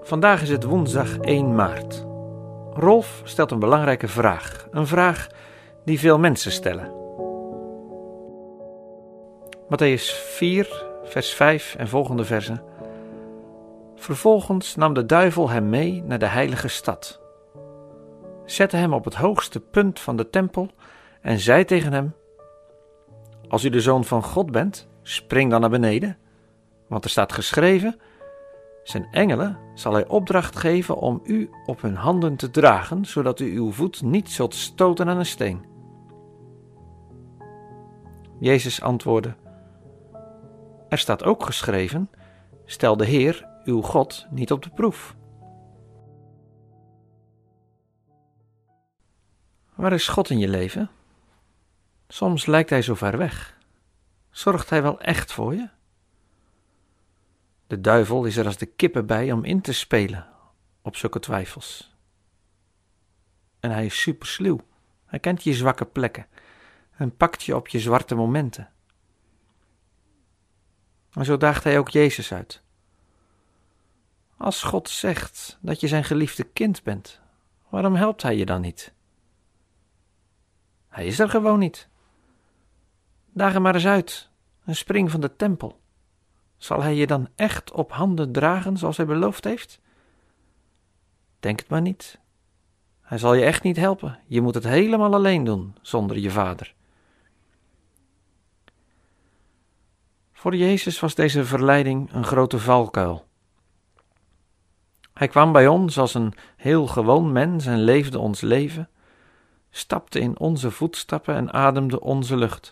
Vandaag is het woensdag 1 maart. Rolf stelt een belangrijke vraag. Een vraag die veel mensen stellen. Mattheüs 4, vers 5 en volgende versen. Vervolgens nam de duivel hem mee naar de heilige stad, zette hem op het hoogste punt van de tempel en zei tegen hem: Als u de Zoon van God bent, spring dan naar beneden, want er staat geschreven: zijn engelen zal hij opdracht geven om u op hun handen te dragen, zodat u uw voet niet zult stoten aan een steen. Jezus antwoordde: Er staat ook geschreven: stel de Heer, uw God, niet op de proef. Waar is God in je leven? Soms lijkt hij zo ver weg. Zorgt hij wel echt voor je? De duivel is er als de kippen bij om in te spelen op zulke twijfels. En hij is supersluw. Hij kent je zwakke plekken en pakt je op je zwarte momenten. En zo daagt hij ook Jezus uit. Als God zegt dat je zijn geliefde kind bent, waarom helpt hij je dan niet? Hij is er gewoon niet. Daag hem maar eens uit en spring van de tempel. Zal hij je dan echt op handen dragen zoals hij beloofd heeft? Denk het maar niet. Hij zal je echt niet helpen. Je moet het helemaal alleen doen, zonder je vader. Voor Jezus was deze verleiding een grote valkuil. Hij kwam bij ons als een heel gewoon mens en leefde ons leven, stapte in onze voetstappen en ademde onze lucht.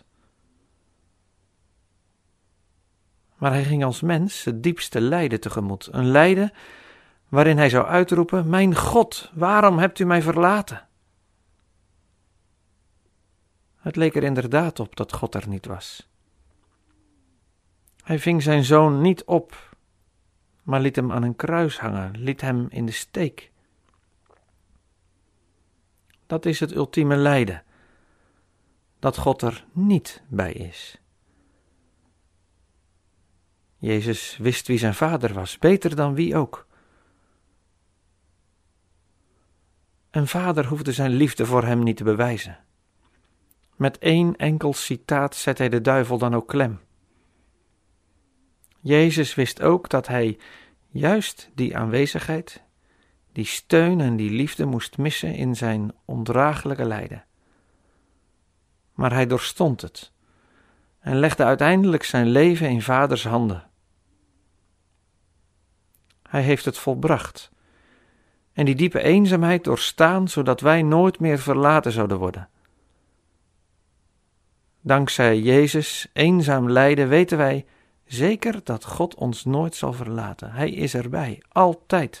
Maar hij ging als mens het diepste lijden tegemoet, een lijden waarin hij zou uitroepen: Mijn God, waarom hebt u mij verlaten? Het leek er inderdaad op dat God er niet was. Hij ving zijn zoon niet op, maar liet hem aan een kruis hangen, liet hem in de steek. Dat is het ultieme lijden, dat God er niet bij is. Jezus wist wie zijn vader was, beter dan wie ook. Een vader hoefde zijn liefde voor hem niet te bewijzen. Met 1 enkel citaat zet hij de duivel dan ook klem. Jezus wist ook dat hij juist die aanwezigheid, die steun en die liefde moest missen in zijn ondraaglijke lijden. Maar hij doorstond het en legde uiteindelijk zijn leven in Vaders handen. Hij heeft het volbracht en die diepe eenzaamheid doorstaan, zodat wij nooit meer verlaten zouden worden. Dankzij Jezus' eenzaam lijden weten wij zeker dat God ons nooit zal verlaten. Hij is erbij, altijd.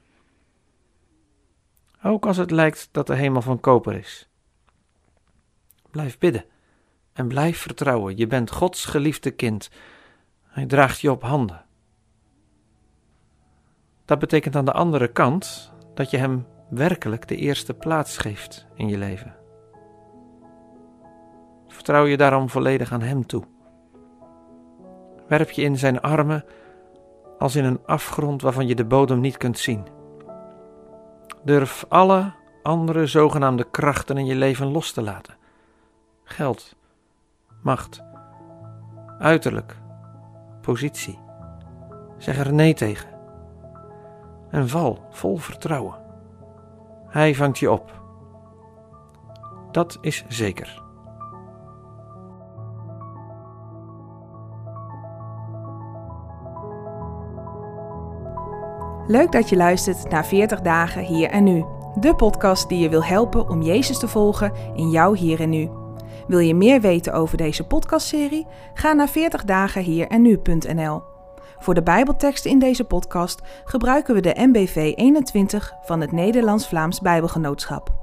Ook als het lijkt dat de hemel van koper is. Blijf bidden en blijf vertrouwen. Je bent Gods geliefde kind. Hij draagt je op handen. Dat betekent aan de andere kant dat je hem werkelijk de eerste plaats geeft in je leven. Vertrouw je daarom volledig aan hem toe. Werp je in zijn armen als in een afgrond waarvan je de bodem niet kunt zien. Durf alle andere zogenaamde krachten in je leven los te laten. Geld, macht, uiterlijk, positie. Zeg er nee tegen. En val vol vertrouwen. Hij vangt je op. Dat is zeker. Leuk dat je luistert naar 40 dagen hier en nu. De podcast die je wil helpen om Jezus te volgen in jouw hier en nu. Wil je meer weten over deze podcastserie? Ga naar 40dagenhierennu.nl. Voor de Bijbelteksten in deze podcast gebruiken we de NBV 21 van het Nederlands-Vlaams Bijbelgenootschap.